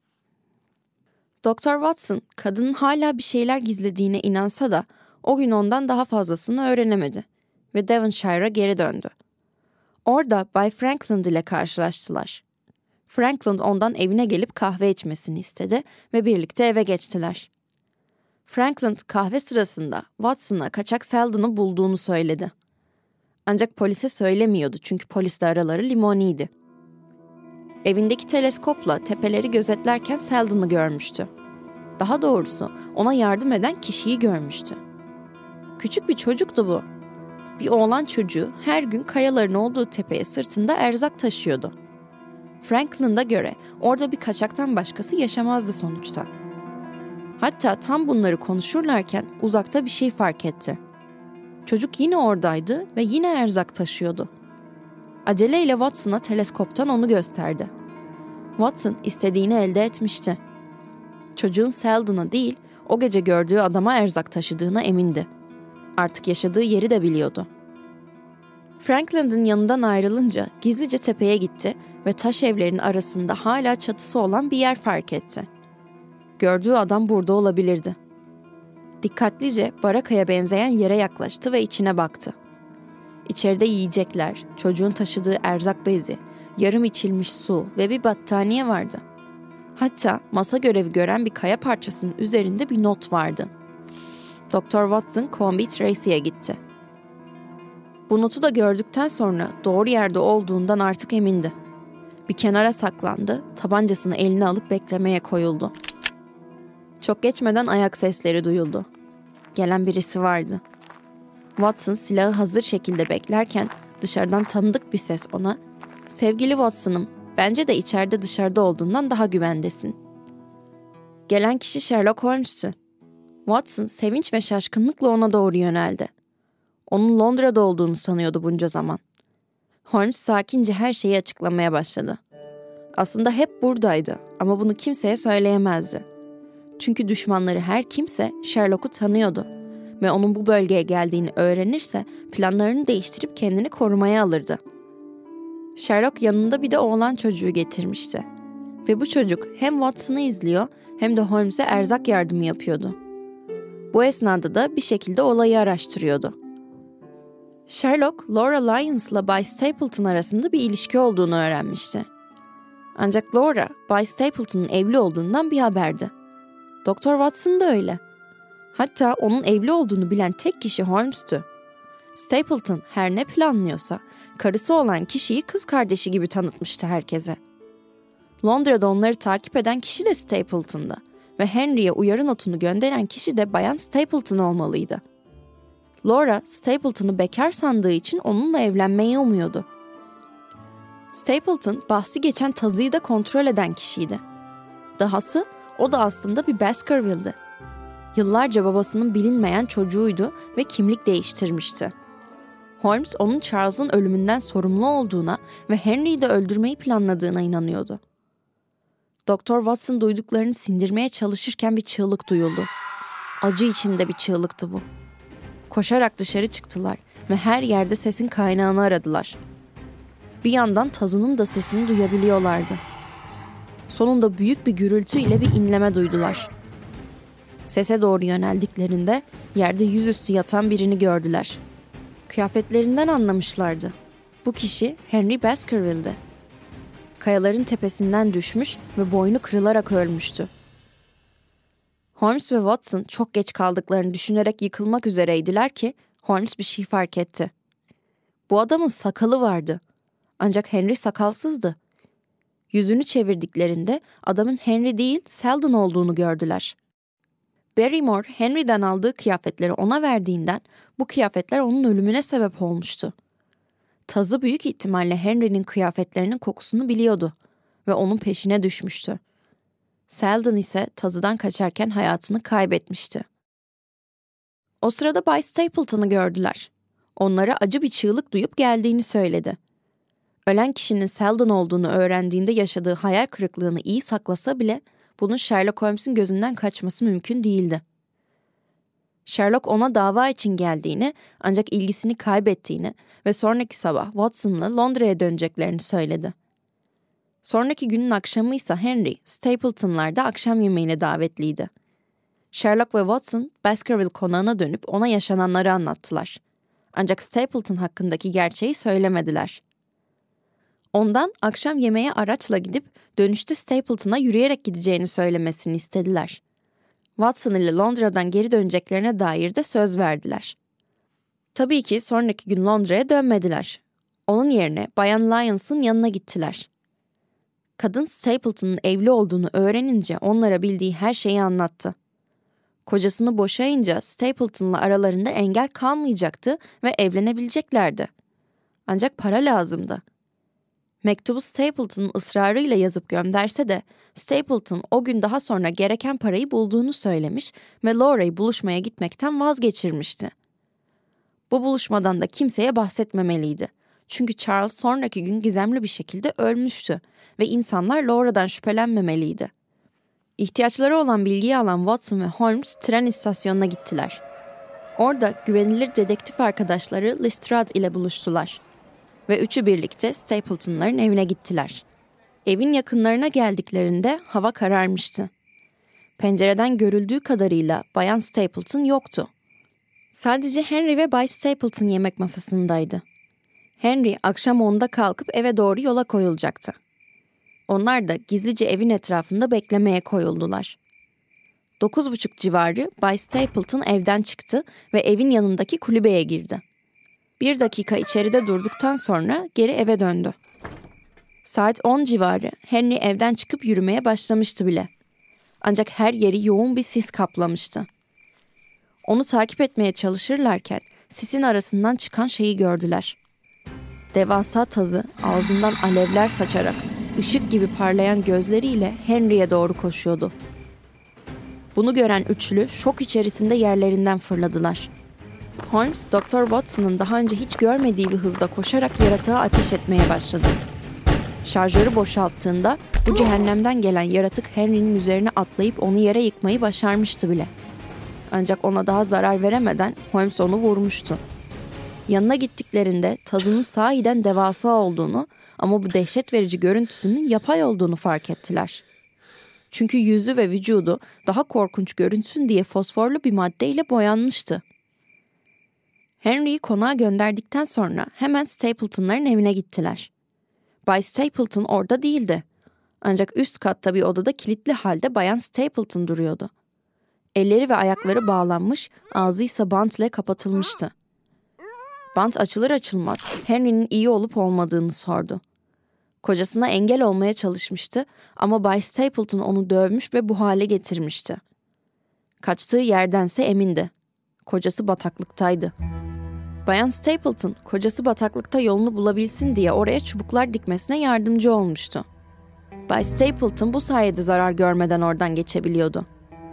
Dr. Watson, kadının hala bir şeyler gizlediğine inansa da o gün ondan daha fazlasını öğrenemedi ve Devonshire'a geri döndü. Orada Bay Frankland ile karşılaştılar. Frankland ondan evine gelip kahve içmesini istedi ve birlikte eve geçtiler. Frankland kahve sırasında Watson'a kaçak Selden'ı bulduğunu söyledi. Ancak polise söylemiyordu çünkü polisle araları limoniydi. Evindeki teleskopla tepeleri gözetlerken Selden'ı görmüştü. Daha doğrusu ona yardım eden kişiyi görmüştü. Küçük bir çocuktu bu. Bir oğlan çocuğu her gün kayaların olduğu tepeye sırtında erzak taşıyordu. Franklin'a göre orada bir kaçaktan başkası yaşamazdı sonuçta. Hatta tam bunları konuşurlarken uzakta bir şey fark etti. Çocuk yine oradaydı ve yine erzak taşıyordu. Aceleyle Watson'a teleskoptan onu gösterdi. Watson istediğini elde etmişti. Çocuğun Selden'a değil, o gece gördüğü adama erzak taşıdığına emindi. Artık yaşadığı yeri de biliyordu. Franklin'in yanından ayrılınca gizlice tepeye gitti ve taş evlerin arasında hala çatısı olan bir yer fark etti. Gördüğü adam burada olabilirdi. Dikkatlice barakaya benzeyen yere yaklaştı ve içine baktı. İçeride yiyecekler, çocuğun taşıdığı erzak bezi, yarım içilmiş su ve bir battaniye vardı. Hatta masa görevi gören bir kaya parçasının üzerinde bir not vardı. Dr. Watson Comby Tracy'ye gitti. Bu notu da gördükten sonra doğru yerde olduğundan artık emindi. Bir kenara saklandı, tabancasını eline alıp beklemeye koyuldu. Çok geçmeden ayak sesleri duyuldu. Gelen birisi vardı. Watson silahı hazır şekilde beklerken dışarıdan tanıdık bir ses ona "Sevgili Watson'ım, bence de içeride dışarıda olduğundan daha güvendesin." Gelen kişi Sherlock Holmes'tü. Watson sevinç ve şaşkınlıkla ona doğru yöneldi. Onun Londra'da olduğunu sanıyordu bunca zaman. Holmes sakince her şeyi açıklamaya başladı. Aslında hep buradaydı ama bunu kimseye söyleyemezdi. Çünkü düşmanları her kimse Sherlock'u tanıyordu ve onun bu bölgeye geldiğini öğrenirse planlarını değiştirip kendini korumaya alırdı. Sherlock yanında bir de oğlan çocuğu getirmişti. Ve bu çocuk hem Watson'ı izliyor hem de Holmes'e erzak yardımı yapıyordu. Bu esnada da bir şekilde olayı araştırıyordu. Sherlock, Laura Lyons'la Bay Stapleton arasında bir ilişki olduğunu öğrenmişti. Ancak Laura, Bay Stapleton'ın evli olduğundan bir haberdi. Dr. Watson da öyle. Hatta onun evli olduğunu bilen tek kişi Holmes'tü. Stapleton her ne planlıyorsa, karısı olan kişiyi kız kardeşi gibi tanıtmıştı herkese. Londra'da onları takip eden kişi de Stapleton'dı ve Henry'e uyarı notunu gönderen kişi de Bayan Stapleton olmalıydı. Laura, Stapleton'ı bekar sandığı için onunla evlenmeyi umuyordu. Stapleton, bahsi geçen tazıyı da kontrol eden kişiydi. Dahası, o da aslında bir Baskerville'di. Yıllarca babasının bilinmeyen çocuğuydu ve kimlik değiştirmişti. Holmes, onun Charles'ın ölümünden sorumlu olduğuna ve Henry'yi de öldürmeyi planladığına inanıyordu. Dr. Watson duyduklarını sindirmeye çalışırken bir çığlık duyuldu. Acı içinde bir çığlıktı bu. Koşarak dışarı çıktılar ve her yerde sesin kaynağını aradılar. Bir yandan tazının da sesini duyabiliyorlardı. Sonunda büyük bir gürültü ile bir inleme duydular. Sese doğru yöneldiklerinde yerde yüzüstü yatan birini gördüler. Kıyafetlerinden anlamışlardı. Bu kişi Henry Baskerville'di. Kayaların tepesinden düşmüş ve boynu kırılarak ölmüştü. Holmes ve Watson çok geç kaldıklarını düşünerek yıkılmak üzereydiler ki Holmes bir şey fark etti. Bu adamın sakalı vardı. Ancak Henry sakalsızdı. Yüzünü çevirdiklerinde adamın Henry değil Selden olduğunu gördüler. Barrymore Henry'den aldığı kıyafetleri ona verdiğinden bu kıyafetler onun ölümüne sebep olmuştu. Tazı büyük ihtimalle Henry'nin kıyafetlerinin kokusunu biliyordu ve onun peşine düşmüştü. Selden ise tazıdan kaçarken hayatını kaybetmişti. O sırada Bay Stapleton'ı gördüler. Onlara acı bir çığlık duyup geldiğini söyledi. Ölen kişinin Selden olduğunu öğrendiğinde yaşadığı hayal kırıklığını iyi saklasa bile bunun Sherlock Holmes'un gözünden kaçması mümkün değildi. Sherlock ona dava için geldiğini ancak ilgisini kaybettiğini ve sonraki sabah Watson'la Londra'ya döneceklerini söyledi. Sonraki günün akşamı ise Henry, Stapleton'larda akşam yemeğine davetliydi. Sherlock ve Watson, Baskerville konağına dönüp ona yaşananları anlattılar. Ancak Stapleton hakkındaki gerçeği söylemediler. Ondan akşam yemeğe araçla gidip dönüşte Stapleton'a yürüyerek gideceğini söylemesini istediler. Watson ile Londra'dan geri döneceklerine dair de söz verdiler. Tabii ki sonraki gün Londra'ya dönmediler. Onun yerine Bayan Lyons'ın yanına gittiler. Kadın Stapleton'ın evli olduğunu öğrenince onlara bildiği her şeyi anlattı. Kocasını boşayınca Stapleton'la aralarında engel kalmayacaktı ve evlenebileceklerdi. Ancak para lazımdı. Mektubu Stapleton'ın ısrarıyla yazıp gönderse de Stapleton o gün daha sonra gereken parayı bulduğunu söylemiş ve Laura'yı buluşmaya gitmekten vazgeçirmişti. Bu buluşmadan da kimseye bahsetmemeliydi. Çünkü Charles sonraki gün gizemli bir şekilde ölmüştü ve insanlar Laura'dan şüphelenmemeliydi. İhtiyaçları olan bilgiyi alan Watson ve Holmes tren istasyonuna gittiler. Orada güvenilir dedektif arkadaşları Lestrade ile buluştular. Ve üçü birlikte Stapleton'ların evine gittiler. Evin yakınlarına geldiklerinde hava kararmıştı. Pencereden görüldüğü kadarıyla Bayan Stapleton yoktu. Sadece Henry ve Bay Stapleton yemek masasındaydı. Henry akşam 10'da kalkıp eve doğru yola koyulacaktı. Onlar da gizlice evin etrafında beklemeye koyuldular. 9:30 civarı Bay Stapleton evden çıktı ve evin yanındaki kulübeye girdi. 1 dakika içeride durduktan sonra geri eve döndü. Saat 10 civarı Henry evden çıkıp yürümeye başlamıştı bile. Ancak her yeri yoğun bir sis kaplamıştı. Onu takip etmeye çalışırlarken sisin arasından çıkan şeyi gördüler. Devasa tazı ağzından alevler saçarak ışık gibi parlayan gözleriyle Henry'e doğru koşuyordu. Bunu gören üçlü şok içerisinde yerlerinden fırladılar. Holmes, Dr. Watson'ın daha önce hiç görmediği bir hızda koşarak yaratığa ateş etmeye başladı. Şarjörü boşalttığında bu cehennemden gelen yaratık Henry'nin üzerine atlayıp onu yere yıkmayı başarmıştı bile. Ancak ona daha zarar veremeden Holmes onu vurmuştu. Yanına gittiklerinde tazının sahiden devasa olduğunu ama bu dehşet verici görüntüsünün yapay olduğunu fark ettiler. Çünkü yüzü ve vücudu daha korkunç görünsün diye fosforlu bir maddeyle boyanmıştı. Henry'yi konağa gönderdikten sonra hemen Stapleton'ların evine gittiler. Bay Stapleton orada değildi. Ancak üst katta bir odada kilitli halde Bayan Stapleton duruyordu. Elleri ve ayakları bağlanmış, ağzı ise bant ile kapatılmıştı. Bant açılır açılmaz Henry'nin iyi olup olmadığını sordu. Kocasına engel olmaya çalışmıştı ama Bay Stapleton onu dövmüş ve bu hale getirmişti. Kaçtığı yerdense emindi. Kocası bataklıktaydı. Bayan Stapleton, kocası bataklıkta yolunu bulabilsin diye oraya çubuklar dikmesine yardımcı olmuştu. Bay Stapleton bu sayede zarar görmeden oradan geçebiliyordu.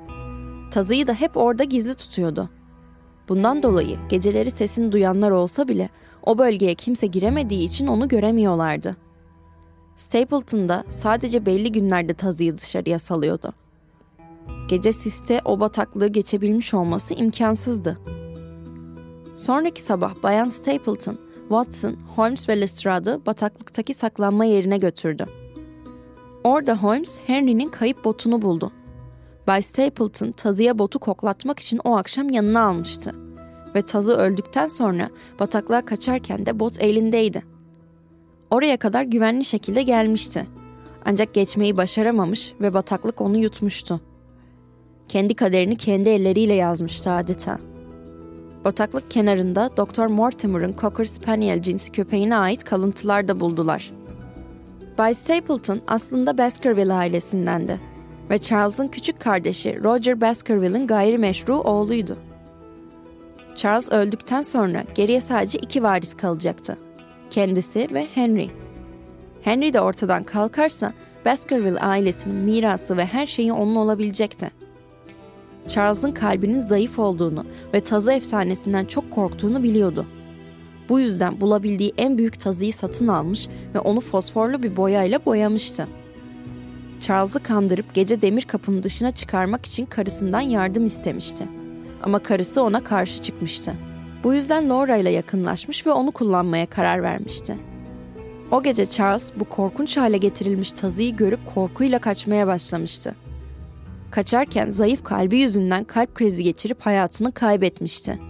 Tazıyı da hep orada gizli tutuyordu. Bundan dolayı geceleri sesini duyanlar olsa bile o bölgeye kimse giremediği için onu göremiyorlardı. Stapleton da sadece belli günlerde tazıyı dışarıya salıyordu. Gece siste o bataklığı geçebilmiş olması imkansızdı. Sonraki sabah Bayan Stapleton, Watson, Holmes ve Lestrade'ı bataklıktaki saklanma yerine götürdü. Orada Holmes, Henry'nin kayıp botunu buldu. Bay Stapleton tazıya botu koklatmak için o akşam yanına almıştı. Ve tazı öldükten sonra bataklığa kaçarken de bot elindeydi. Oraya kadar güvenli şekilde gelmişti. Ancak geçmeyi başaramamış ve bataklık onu yutmuştu. Kendi kaderini kendi elleriyle yazmıştı adeta. Bataklık kenarında Dr. Mortimer'ın Cocker Spaniel cinsi köpeğine ait kalıntılar da buldular. Bay Stapleton aslında Baskerville ailesindendi ve Charles'ın küçük kardeşi Roger Baskerville'in gayrimeşru oğluydu. Charles öldükten sonra geriye sadece 2 varis kalacaktı. Kendisi ve Henry. Henry de ortadan kalkarsa Baskerville ailesinin mirası ve her şeyi onun olabilecekti. Charles'ın kalbinin zayıf olduğunu ve tazı efsanesinden çok korktuğunu biliyordu. Bu yüzden bulabildiği en büyük tazıyı satın almış ve onu fosforlu bir boyayla boyamıştı. Charles'ı kandırıp gece demir kapının dışına çıkarmak için karısından yardım istemişti. Ama karısı ona karşı çıkmıştı. Bu yüzden Laura ile yakınlaşmış ve onu kullanmaya karar vermişti. O gece Charles bu korkunç hale getirilmiş tazıyı görüp korkuyla kaçmaya başlamıştı. Kaçarken zayıf kalbi yüzünden kalp krizi geçirip hayatını kaybetmişti.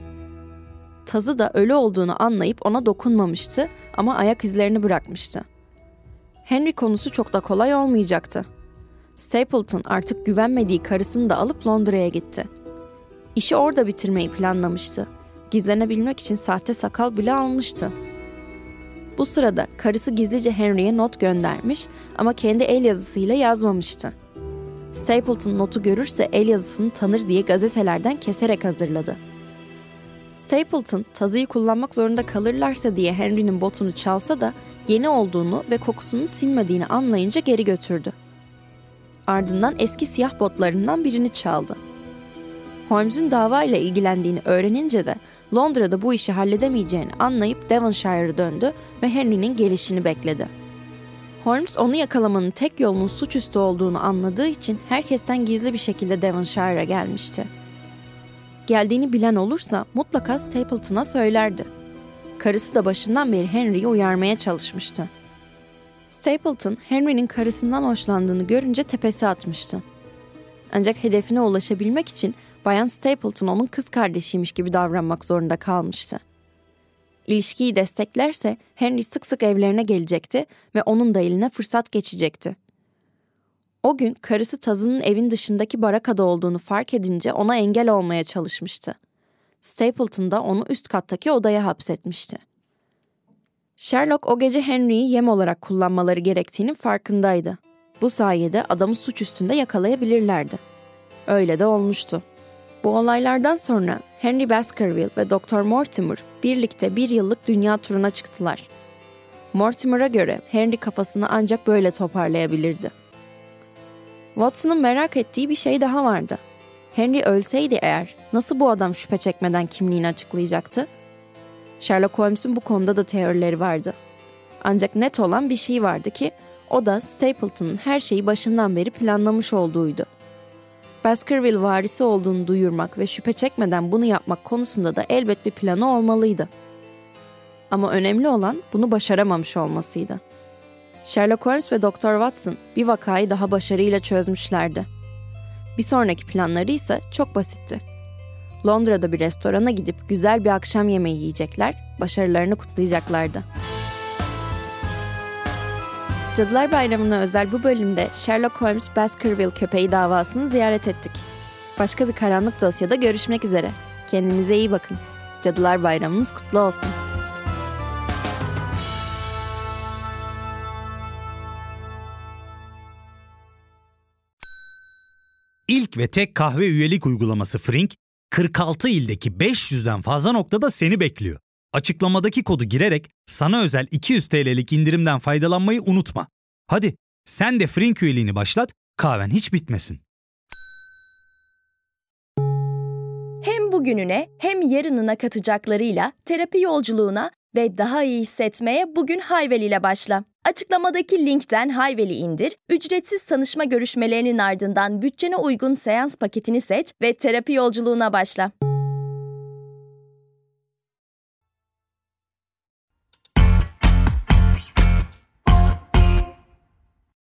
Tazı da ölü olduğunu anlayıp ona dokunmamıştı ama ayak izlerini bırakmıştı. Henry konusu çok da kolay olmayacaktı. Stapleton artık güvenmediği karısını da alıp Londra'ya gitti. İşi orada bitirmeyi planlamıştı. Gizlenebilmek için sahte sakal bile almıştı. Bu sırada karısı gizlice Henry'e not göndermiş ama kendi el yazısıyla yazmamıştı. Stapleton notu görürse el yazısını tanır diye gazetelerden keserek hazırladı. Stapleton tazıyı kullanmak zorunda kalırlarsa diye Henry'nin botunu çalsa da yeni olduğunu ve kokusunu silmediğini anlayınca geri götürdü. Ardından eski siyah botlarından birini çaldı. Holmes'un davayla ilgilendiğini öğrenince de Londra'da bu işi halledemeyeceğini anlayıp Devonshire'a döndü ve Henry'nin gelişini bekledi. Holmes onu yakalamanın tek yolunun suçüstü olduğunu anladığı için herkesten gizli bir şekilde Devonshire'a gelmişti. Geldiğini bilen olursa mutlaka Stapleton'a söylerdi. Karısı da başından beri Henry'yi uyarmaya çalışmıştı. Stapleton, Henry'nin karısından hoşlandığını görünce tepesi atmıştı. Ancak hedefine ulaşabilmek için Bayan Stapleton onun kız kardeşiymiş gibi davranmak zorunda kalmıştı. İlişkiyi desteklerse Henry sık sık evlerine gelecekti ve onun da eline fırsat geçecekti. O gün karısı tazının evin dışındaki barakada olduğunu fark edince ona engel olmaya çalışmıştı. Stapleton da onu üst kattaki odaya hapsetmişti. Sherlock o gece Henry'yi yem olarak kullanmaları gerektiğinin farkındaydı. Bu sayede adamı suç üstünde yakalayabilirlerdi. Öyle de olmuştu. Bu olaylardan sonra Henry Baskerville ve Dr. Mortimer birlikte 1 yıllık dünya turuna çıktılar. Mortimer'a göre Henry kafasını ancak böyle toparlayabilirdi. Watson'ın merak ettiği bir şey daha vardı. Henry ölseydi eğer nasıl bu adam şüphe çekmeden kimliğini açıklayacaktı? Sherlock Holmes'un bu konuda da teorileri vardı. Ancak net olan bir şey vardı ki o da Stapleton'ın her şeyi başından beri planlamış olduğuydu. Baskerville varisi olduğunu duyurmak ve şüphe çekmeden bunu yapmak konusunda da elbet bir planı olmalıydı. Ama önemli olan bunu başaramamış olmasıydı. Sherlock Holmes ve Dr. Watson bir vakayı daha başarıyla çözmüşlerdi. Bir sonraki planları ise çok basitti. Londra'da bir restorana gidip güzel bir akşam yemeği yiyecekler, başarılarını kutlayacaklardı. Cadılar Bayramı'na özel bu bölümde Sherlock Holmes Baskerville köpeği davasını ziyaret ettik. Başka bir karanlık dosyada görüşmek üzere. Kendinize iyi bakın. Cadılar Bayramınız kutlu olsun. İlk ve tek kahve üyelik uygulaması Frink, 46 ildeki 500'den fazla noktada seni bekliyor. Açıklamadaki kodu girerek sana özel 200 TL'lik indirimden faydalanmayı unutma. Hadi sen de Frink üyeliğini başlat, kahven hiç bitmesin. Hem bugününe hem yarınına katacaklarıyla terapi yolculuğuna ve daha iyi hissetmeye bugün Hayvel ile başla. Açıklamadaki linkten Hayvel'i indir, ücretsiz tanışma görüşmelerinin ardından bütçene uygun seans paketini seç ve terapi yolculuğuna başla.